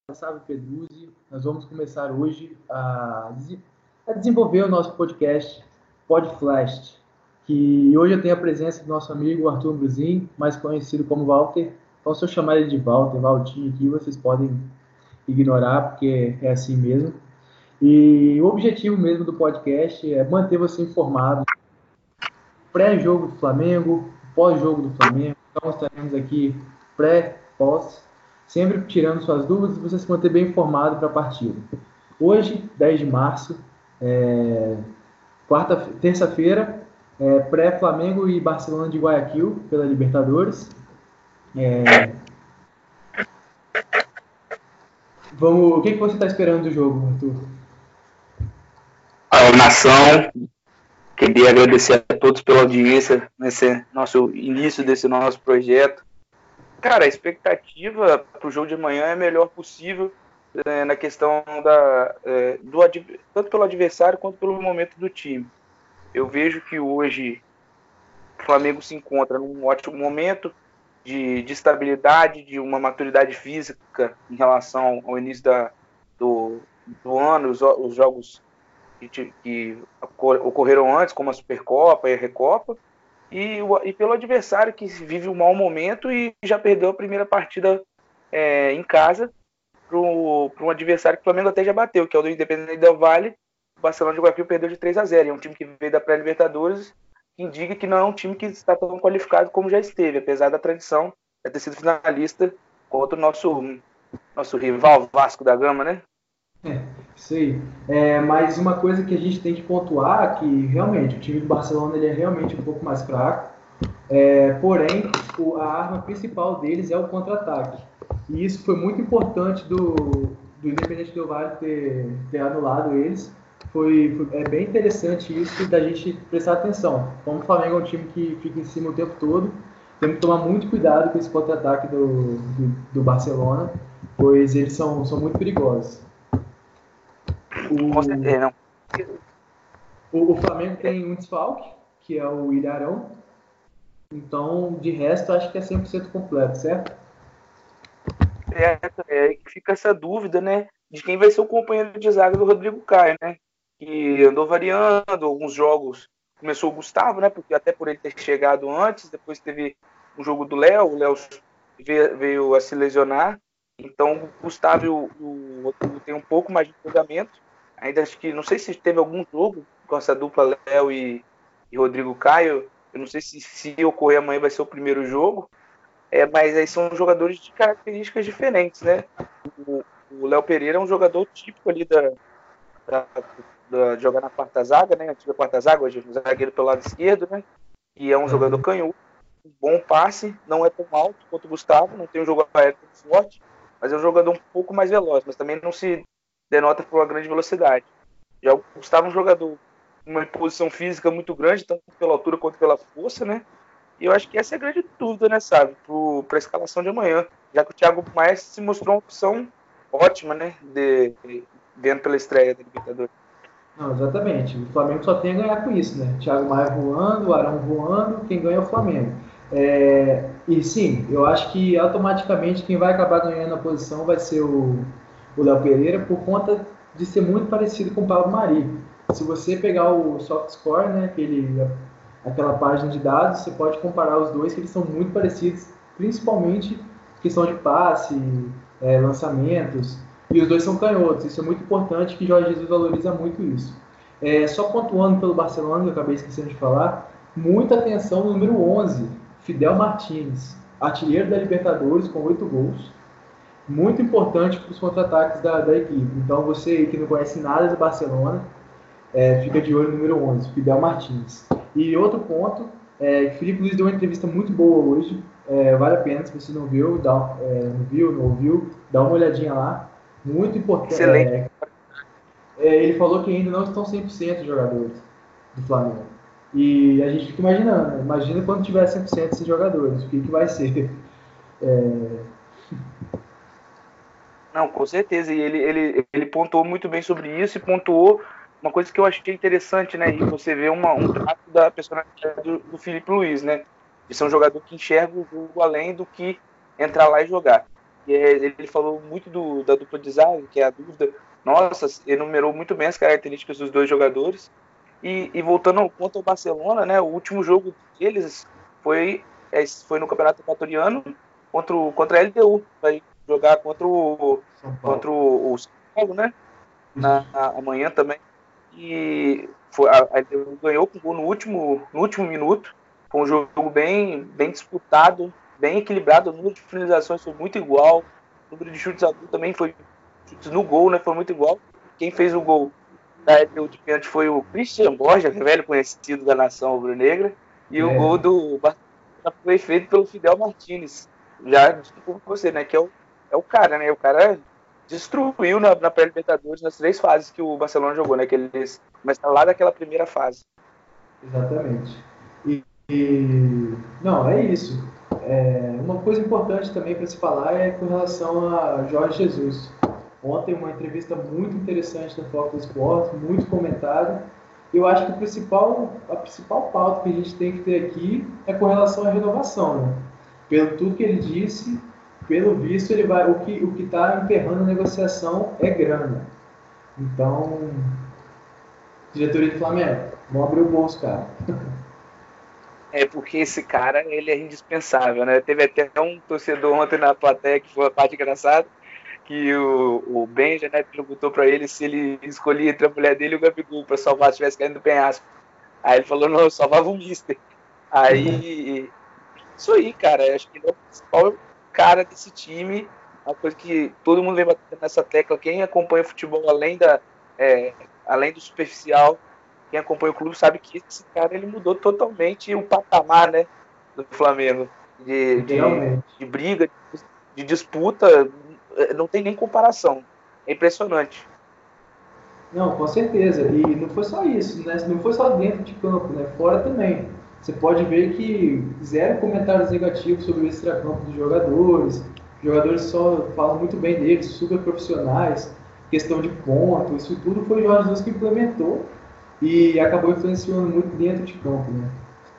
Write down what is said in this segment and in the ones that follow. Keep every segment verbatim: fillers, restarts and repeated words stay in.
Salve Pedruzzi, nós vamos começar hoje a, a desenvolver o nosso podcast Podflast, que hoje eu tenho a presença do nosso amigo Arthur Bruzin, mais conhecido como Walter. Então, se eu chamar ele de Walter, Valtinho aqui, vocês podem ignorar, porque é assim mesmo. E o objetivo mesmo do podcast é manter você informado pré-jogo do Flamengo, pós-jogo do Flamengo. Então, estaremos aqui pré, pós, sempre tirando suas dúvidas e você se manter bem informado para a partida. Hoje, dez de março, é, quarta, terça-feira, é, pré-Flamengo e Barcelona de Guayaquil pela Libertadores. É, vamos, o que, que você está esperando do jogo, Arthur? A nação, queria agradecer a todos pela audiência nesse nosso início desse nosso projeto. Cara, a expectativa para o jogo de amanhã é a melhor possível é, na questão da, é, do, tanto pelo adversário quanto pelo momento do time. Eu vejo que hoje o Flamengo se encontra num ótimo momento de, de estabilidade, de uma maturidade física em relação ao início da, do, do ano, os, os jogos que, que ocorreram antes, como a Supercopa e a Recopa, e, e pelo adversário que vive um mau momento e já perdeu a primeira partida é, em casa para um adversário que o Flamengo até já bateu, que é o do Independente Del Valle. O Barcelona de Guayaquil perdeu de três a zero. É um time que veio da pré-Libertadores, que indica que não é um time que está tão qualificado como já esteve, apesar da tradição de ter sido finalista contra o nosso, nosso rival Vasco da Gama, né? É, isso aí. É, mas uma coisa que a gente tem que pontuar é que realmente o time do Barcelona ele é realmente um pouco mais fraco. É, porém, o, a arma principal deles é o contra-ataque. E isso foi muito importante do, do Independente Del Valle ter, ter anulado eles. Foi, foi, é bem interessante isso da gente prestar atenção. Como o Flamengo é um time que fica em cima o tempo todo, temos que tomar muito cuidado com esse contra-ataque do, do, do Barcelona, pois eles são, são muito perigosos. O, Com certeza, não. O, o Flamengo tem um desfalque, que é o Ilharão. Então, de resto, acho que é cem por cento completo, certo? É, é, fica essa dúvida, né, de quem vai ser o companheiro de zaga do Rodrigo Caio, né, que andou variando alguns jogos. Começou o Gustavo, né, porque até por ele ter chegado antes, depois teve um jogo do Léo, o Léo veio, veio a se lesionar, então o Gustavo e o, o Rodrigo tem um pouco mais de fundamento. Ainda acho que, não sei se teve algum jogo com essa dupla Léo e, e Rodrigo Caio, eu não sei se se ocorrer amanhã vai ser o primeiro jogo. É, mas aí são jogadores de características diferentes, né? O Léo Pereira é um jogador típico ali da, da, da, de jogar na quarta zaga, né? Antiga quarta zaga, hoje um zagueiro pelo lado esquerdo, né? E é um jogador canhoto, um bom passe, não é tão alto quanto o Gustavo, não tem um jogo aéreo tão forte, mas é um jogador um pouco mais veloz, mas também não se denota por uma grande velocidade. Já o Gustavo é um jogador com uma imposição física muito grande, tanto pela altura quanto pela força, né? E eu acho que essa é a grande dúvida, né, sabe, para a escalação de amanhã, já que o Thiago Maia se mostrou uma opção ótima, né, de, de, vendo pela estreia da Libertadores. Não, exatamente. O Flamengo só tem a ganhar com isso, né? Thiago Maia voando, Arão voando, quem ganha é o Flamengo. É, e sim, eu acho que automaticamente quem vai acabar ganhando a posição vai ser o Léo Pereira por conta de ser muito parecido com o Pablo Mari. Se você pegar o soft score, né, aquele, aquela página de dados, você pode comparar os dois, que eles são muito parecidos, principalmente questão de passe, é, lançamentos, e os dois são canhotos. Isso é muito importante, que Jorge Jesus valoriza muito isso. É, só pontuando pelo Barcelona, que eu acabei esquecendo de falar, muita atenção no número onze, Fidel Martins, artilheiro da Libertadores com oito gols, muito importante para os contra-ataques da, da equipe. Então você que não conhece nada do Barcelona, é, fica de olho no número onze, Fidel Martins. E outro ponto, é, que Felipe Luiz deu uma entrevista muito boa hoje, é, vale a pena, se você não viu, dá, é, não viu, não ouviu, dá uma olhadinha lá, muito importante. Excelente. É, é, ele falou que ainda não estão cem por cento os jogadores do Flamengo. E a gente fica imaginando, imagina quando tiver cem por cento esses jogadores, o que, que vai ser. É... Não, com certeza, e ele, ele, ele pontuou muito bem sobre isso e pontuou uma coisa que eu achei interessante, né, e você vê uma, um traço da personalidade do, do Felipe Luiz, né, de ser um jogador que enxerga o jogo além do que entrar lá e jogar. E é, ele falou muito do, da dupla de zaga, que é a dúvida. Nossa, enumerou muito bem as características dos dois jogadores. E, e voltando ao quanto ao Barcelona, né, o último jogo deles foi, é, foi no Campeonato Equatoriano contra, o, contra a L D U. Vai jogar contra o, São Paulo. contra o, o São Paulo, né? Isso. Na, na, amanhã também. E foi, a, a L D U ganhou com gol no último, no último minuto. Foi um jogo bem, bem disputado, bem equilibrado. O número de finalizações foi muito igual. O número de chutes a gol também foi. Chutes no gol, né? Foi muito igual. Quem fez o gol da L D U de pênalti foi o Christian Borja, velho conhecido da nação rubro-negra. E o É, gol do Barcelona foi feito pelo Fidel Martínez. Já dito por você, né? Que é o, é o cara, né? O cara destruiu na, na pré-Libertadores nas três fases que o Barcelona jogou, né? Que eles começaram lá daquela primeira fase. exatamente. E, e- não, é isso. É, uma coisa importante também para se falar é com relação a Jorge Jesus. Ontem uma entrevista muito interessante no Foco do Esporte, muito comentada. Eu acho que o principal, a principal pauta que a gente tem que ter aqui é com relação à renovação, né? Pelo tudo que ele disse, pelo visto ele vai, o que o que está emperrando a negociação é grana. Então, diretoria do Flamengo, vamos abrir o bolso, cara. É porque esse cara, ele é indispensável, né? Teve até um torcedor ontem na plateia que foi a parte engraçada, que o, o Benja, né, perguntou pra ele se ele escolhia entre a mulher dele e o Gabigol pra salvar se tivesse caindo do penhasco. Aí ele falou, não, eu salvava o Mister. Aí, isso aí, cara, acho que ele é o principal cara desse time, uma coisa que todo mundo vem batendo nessa tecla, quem acompanha o futebol além da, é, além do superficial, quem acompanha o clube sabe que esse cara ele mudou totalmente o patamar, né, do Flamengo, de, de, Realmente. de briga, de disputa, não tem nem comparação, é impressionante. Não, com certeza. E não foi só isso, né? Não foi só dentro de campo, né? Fora também. Você pode ver que zero comentários negativos sobre o extracampo dos jogadores. Os jogadores só falam muito bem deles, super profissionais. Questão de ponto, isso tudo foi o Jorge Jesus que implementou e acabou influenciando muito dentro de campo, né?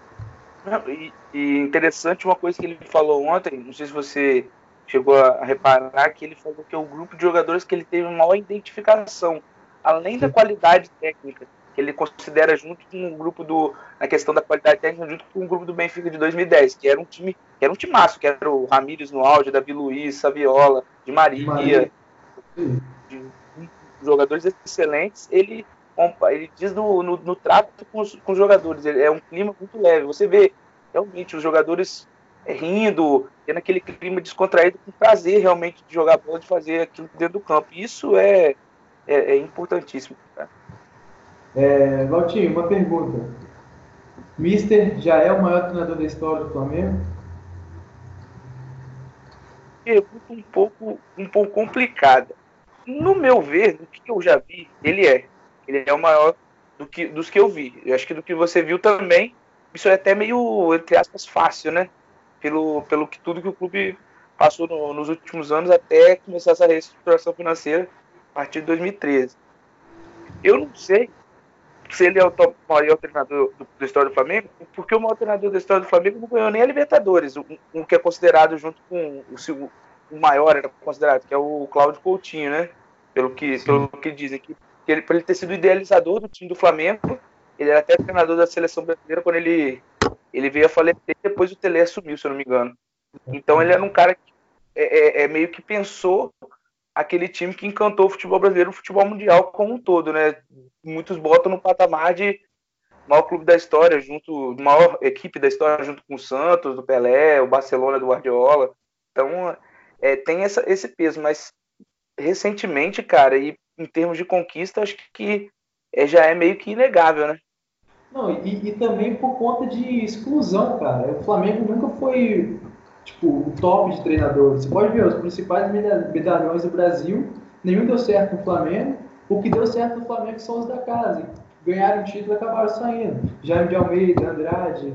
E, e interessante uma coisa que ele falou ontem, não sei se você chegou a reparar, que ele falou que é o grupo de jogadores que ele teve maior identificação, além da Sim. qualidade técnica, que ele considera junto com o grupo do, na questão da qualidade técnica, junto com o grupo do Benfica de dois mil e dez, que era um time, que era um timaço, que era o Ramírez no auge, Davi Luiz, Saviola, Di De Maria. Maria, de, de jogadores excelentes, ele ele diz no, no, no trato com os, com os jogadores, é um clima muito leve. Você vê realmente os jogadores rindo, tendo aquele clima descontraído, com prazer realmente de jogar bola, de fazer aquilo dentro do campo. Isso é, é, é importantíssimo. Tá? É, Valtinho, uma pergunta. Mister já é o maior treinador da história do Flamengo? Pergunta um pouco, um pouco complicada. No meu ver, do que eu já vi, ele é. Ele é o maior do que, dos que eu vi. Eu acho que do que você viu também, isso é até meio, entre aspas, fácil, né? Pelo, pelo que tudo que o clube passou no, nos últimos anos até começar essa reestruturação financeira a partir de dois mil e treze. Eu não sei se ele é o top maior treinador do, da história do Flamengo, porque o maior treinador da história do Flamengo não ganhou nem a Libertadores, o, o que é considerado junto com o, o maior, era considerado, que é o Cláudio Coutinho, né? Pelo que, Sim. pelo que dizem, que ele, por ele ter sido idealizador do time do Flamengo, ele era até treinador da seleção brasileira quando ele, ele veio a falecer, depois o Tele assumiu, se eu não me engano. Então ele era um cara que é, é, é meio que pensou aquele time que encantou o futebol brasileiro, o futebol mundial como um todo, né? Muitos botam no patamar de maior clube da história, junto, maior equipe da história, junto com o Santos, do Pelé, o Barcelona do Guardiola. Então, é, tem essa, esse peso, mas recentemente, cara, e em termos de conquista, acho que é, já é meio que inegável, né? Não, e, e também por conta de exclusão, cara. O Flamengo nunca foi, tipo, o top de treinadores. Você pode ver, os principais medalhões do Brasil, nenhum deu certo no Flamengo. O que deu certo no Flamengo são os da casa. Ganharam o título e acabaram saindo. Jaime de Almeida, Andrade.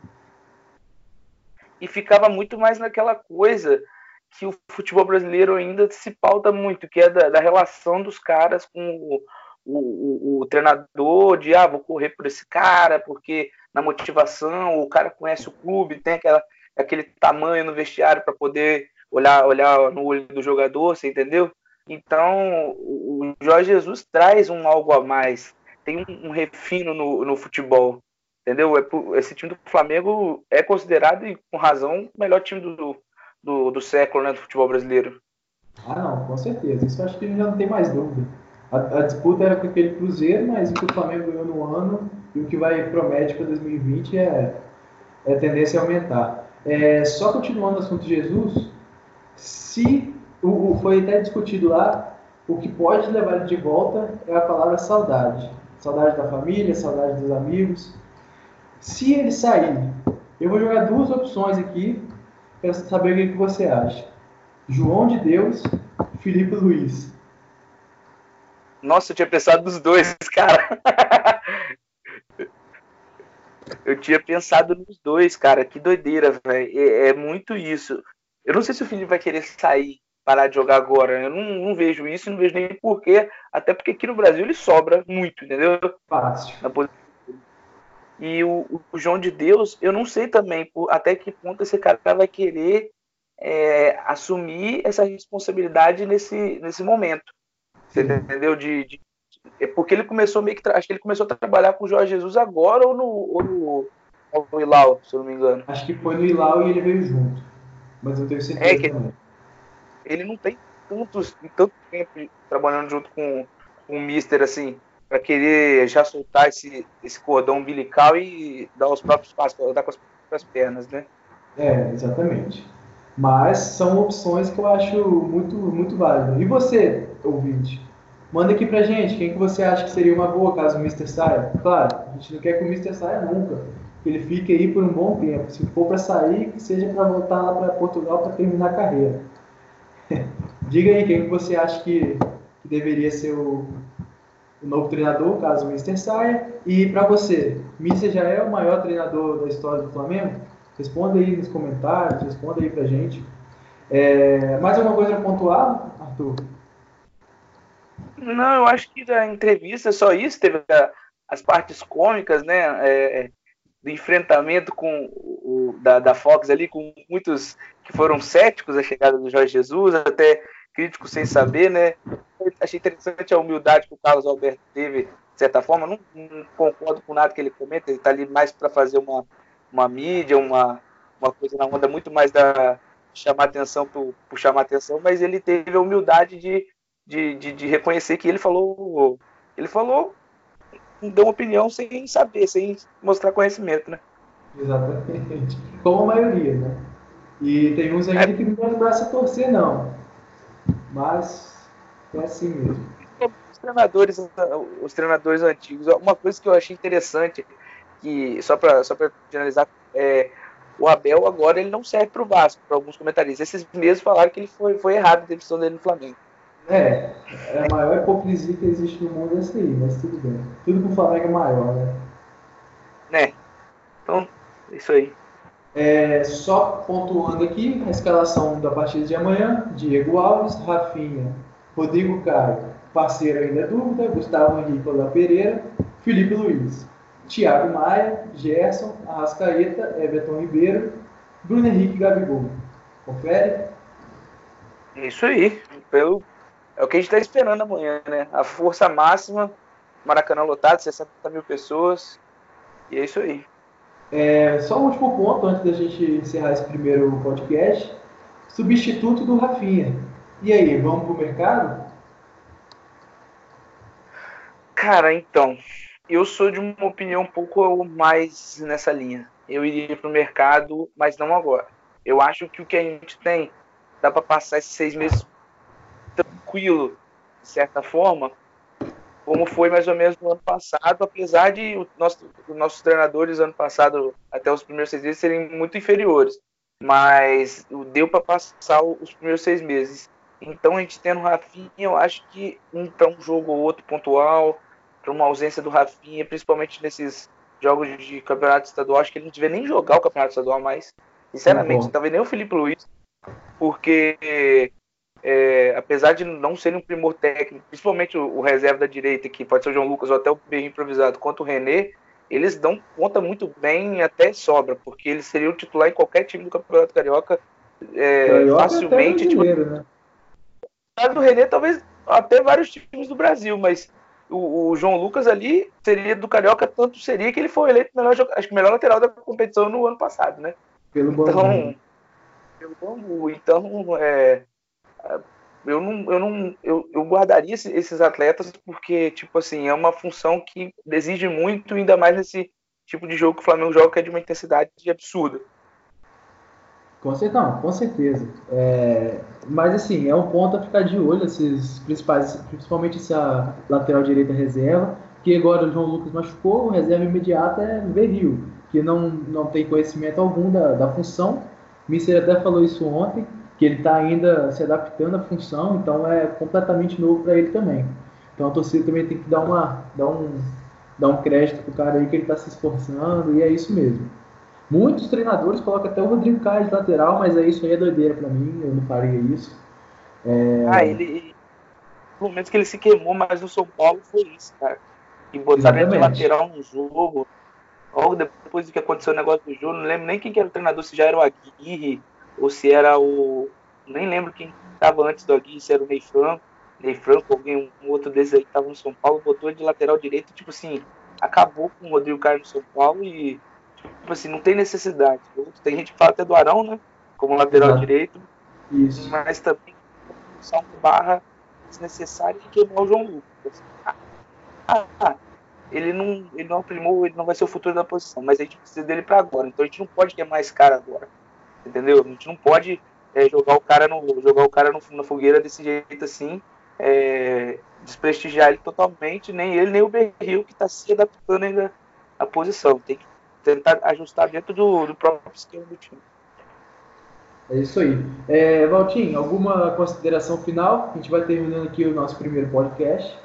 E ficava muito mais naquela coisa que o futebol brasileiro ainda se pauta muito, que é da, da relação dos caras com o, o, o, o treinador, de ah, vou correr por esse cara, porque na motivação, o cara conhece o clube, tem aquela, aquele tamanho no vestiário para poder olhar, olhar no olho do jogador, você entendeu? Então, o Jorge Jesus traz um algo a mais, tem um, um refino no, no futebol, entendeu? É, esse time do Flamengo é considerado, e com razão, o melhor time do, do, do século, né, do futebol brasileiro. Ah, não, com certeza. Isso eu acho que já não tem mais dúvida. A, a disputa era com aquele Cruzeiro, mas o que o Flamengo ganhou no ano e o que vai promete para dois mil e vinte é, é a tendência a aumentar. É, só continuando o assunto de Jesus, se o, o, foi até discutido lá, o que pode levar ele de volta é a palavra saudade. Saudade da família, saudade dos amigos. Se ele sair, eu vou jogar duas opções aqui para saber o que você acha. João de Deus, Felipe Luiz. Nossa, eu tinha pensado nos dois, cara. Eu tinha pensado nos dois, cara. Que doideira, velho. É, é muito isso. Eu não sei se o Felipe vai querer sair, parar de jogar agora. Eu não, não vejo isso, não vejo nem porquê. Até porque aqui no Brasil ele sobra muito, entendeu? Fácil. Na posição. E o, o João de Deus, eu não sei também por, até que ponto esse cara vai querer é, assumir essa responsabilidade nesse, nesse momento. Você Sim. entendeu? De, de, é porque ele começou meio que. Acho que ele começou a trabalhar com o Jorge Jesus agora ou no, ou no, ou no Hilal, se eu não me engano. Acho que foi no Ilau e ele veio junto. Mas eu tenho É certeza que também. ele não tem tantos, tanto tempo trabalhando junto com, com o Mister assim, para querer já soltar esse, esse cordão umbilical e dar os próprios passos, dar com as próprias pernas, né? É, exatamente. Mas são opções que eu acho muito, muito válidas. E você, ouvinte? Manda aqui pra gente quem que você acha que seria uma boa caso o Mister saia. Claro, a gente não quer que o Mister saia nunca. Que ele fique aí por um bom tempo. Se for para sair, que seja para voltar lá para Portugal para terminar a carreira. Diga aí quem que você acha que, que deveria ser o, o novo treinador, caso o Mister saia. E para você, Mister já é o maior treinador da história do Flamengo? Responda aí nos comentários, responda aí pra gente. É, mais alguma coisa a pontuar, Arthur? Não, eu acho que da entrevista só isso, teve a, as partes cômicas, né? É, do enfrentamento com o, da, da Fox ali, com muitos que foram céticos à chegada do Jorge Jesus, até críticos sem saber, né? Eu achei interessante a humildade que o Carlos Alberto teve, de certa forma. Não, não concordo com nada que ele comenta, ele está ali mais para fazer uma, uma mídia, uma, uma coisa na onda muito mais da chamar atenção por, por chamar atenção, mas ele teve a humildade de, de, de, de reconhecer que ele falou, ele falou deu uma opinião sem saber, sem mostrar conhecimento, né? Exatamente. Como a maioria, né? E tem uns É, ainda que não dão o braço a torcer, não. Mas é assim mesmo. os treinadores, os treinadores antigos, uma coisa que eu achei interessante, que só para só para finalizar, é, o Abel agora ele não serve para o Vasco, para alguns comentaristas. Esses mesmos falaram que ele foi, foi errado a demissão dele no Flamengo. É, é a maior hipocrisia que existe no mundo é essa aí, mas tudo bem. Tudo com o Flamengo é maior, né? Né? Então, é isso aí. É, só pontuando aqui a escalação da partida de amanhã: Diego Alves, Rafinha, Rodrigo Caio, parceiro ainda é dúvida, Gustavo Henrique Olá Pereira, Felipe Luiz, Thiago Maia, Gerson, Arrascaeta, Everton Ribeiro, Bruno Henrique e Gabigol. Confere? É isso aí. Pelo, é o que a gente está esperando amanhã, né? A força máxima, Maracanã lotado, sessenta mil pessoas. E é isso aí. É, só um último ponto antes da gente encerrar esse primeiro podcast: substituto do Rafinha. E aí, vamos pro mercado? Cara, então, eu sou de uma opinião um pouco mais nessa linha. Eu iria para o mercado, mas não agora. Eu acho que o que a gente tem dá para passar esses seis meses tranquilo, de certa forma, como foi mais ou menos no ano passado, apesar de o nosso, os nossos treinadores ano passado, até os primeiros seis meses, serem muito inferiores. Mas deu para passar os primeiros seis meses. Então a gente tendo o Rafinha, eu acho que um para um jogo ou outro pontual, para uma ausência do Rafinha, principalmente nesses jogos de campeonato estadual, acho que ele não devia nem jogar o campeonato estadual mais. Sinceramente, Concordo. não talvez nem o Felipe Luiz, porque é, apesar de não ser um primor técnico, principalmente o, o reserva da direita, que pode ser o João Lucas ou até o bem improvisado, quanto o René, eles dão conta muito bem, até sobra, porque eles seriam titular em qualquer time do Campeonato Carioca é, facilmente. Tipo, né? No caso do René, talvez até vários times do Brasil, mas o, o João Lucas ali seria do Carioca, tanto seria que ele foi eleito melhor, acho que melhor lateral da competição no ano passado, né? Pelo então, Bambu. Pelo Bambu. Então, é, eu não, eu não, eu, eu guardaria esses atletas porque, tipo assim, é uma função que exige muito, ainda mais nesse tipo de jogo que o Flamengo joga, que é de uma intensidade absurda. Com certeza, não, com certeza. É, mas assim, é um ponto a ficar de olho, esses principais, principalmente essa lateral direita reserva, que agora o João Lucas machucou, o reserva imediata é Verril, que não, não tem conhecimento algum da, da função. O Mister até falou isso ontem, que ele está ainda se adaptando à função, então é completamente novo para ele também. Então a torcida também tem que dar, uma, dar, um, dar um crédito pro cara aí que ele está se esforçando, e é isso mesmo. Muitos treinadores colocam até o Rodrigo Caio de lateral, mas aí isso aí é doideira pra mim, eu não faria isso. É... Ah, ele. No momento que ele se queimou, mas no São Paulo foi isso, cara. E botaram ele de lateral no jogo. Logo depois do que aconteceu o negócio do jogo, não lembro nem quem que era o treinador, se já era o Aguirre, ou se era o. Nem lembro quem estava antes do Aguirre, se era o Ney Franco. Ney Franco, alguém, um outro desses aí que estava no São Paulo, botou ele de lateral direito, tipo assim, acabou com o Rodrigo Caio no São Paulo e, tipo assim, não tem necessidade. Tem gente que fala até do Arão, né? Como lateral Exato. direito. Isso. Mas também uma barra desnecessária e queimar o João Lucas. Ah, ah, ele não, ele não aprimou, ele não vai ser o futuro da posição, mas a gente precisa dele para agora. Então a gente não pode ter mais cara agora, entendeu? A gente não pode é, jogar o cara no, jogar o cara no, na fogueira desse jeito assim, é, desprestigiar ele totalmente, nem ele nem o Berril que está se adaptando ainda à posição. Tem que tentar ajustar dentro do, do próprio esquema do time. É isso aí. É, Valtinho, alguma consideração final? A gente vai terminando aqui o nosso primeiro podcast.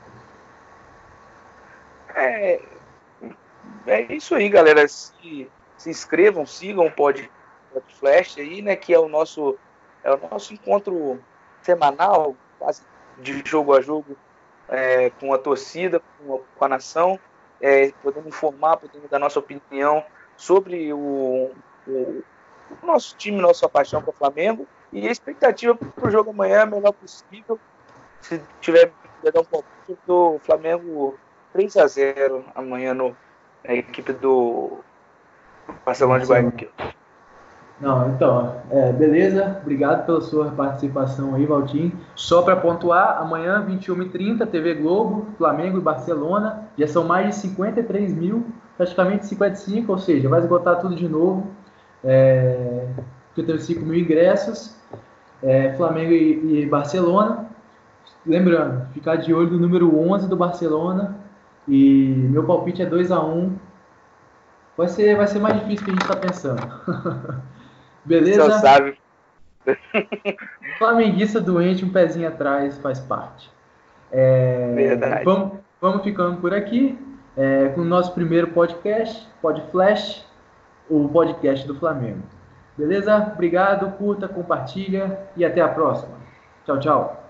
É, é isso aí, galera. Se, se inscrevam, sigam o Pod, Pod Flash aí, né? Que é o nosso, é o nosso encontro semanal, quase de jogo a jogo, é, com a torcida, com a, com a nação, é, podendo informar, podendo dar nossa opinião sobre o, o, o nosso time, nossa paixão para o Flamengo e a expectativa para o jogo amanhã é a melhor possível. Se tiver que dar um pouquinho do Flamengo três a zero amanhã no, na equipe do Barcelona de Guayaquil. Não, então, é, beleza. Obrigado pela sua participação aí, Valtinho. Só para pontuar, amanhã, vinte e uma e trinta, T V Globo, Flamengo e Barcelona. Já são mais de cinquenta e três mil, praticamente cinquenta e cinco, ou seja, vai esgotar tudo de novo. É, porque teve cinco mil ingressos. É, Flamengo e, e Barcelona. Lembrando, ficar de olho no número onze do Barcelona. E meu palpite é dois a um. Vai ser, vai ser mais difícil que a gente está pensando. Beleza? Você sabe. Flamenguista doente, um pezinho atrás, faz parte. É, Verdade. Vamos, vamos ficando por aqui é, com o nosso primeiro podcast, Pod Flash, o podcast do Flamengo. Beleza? Obrigado, curta, compartilha e até a próxima. Tchau, tchau.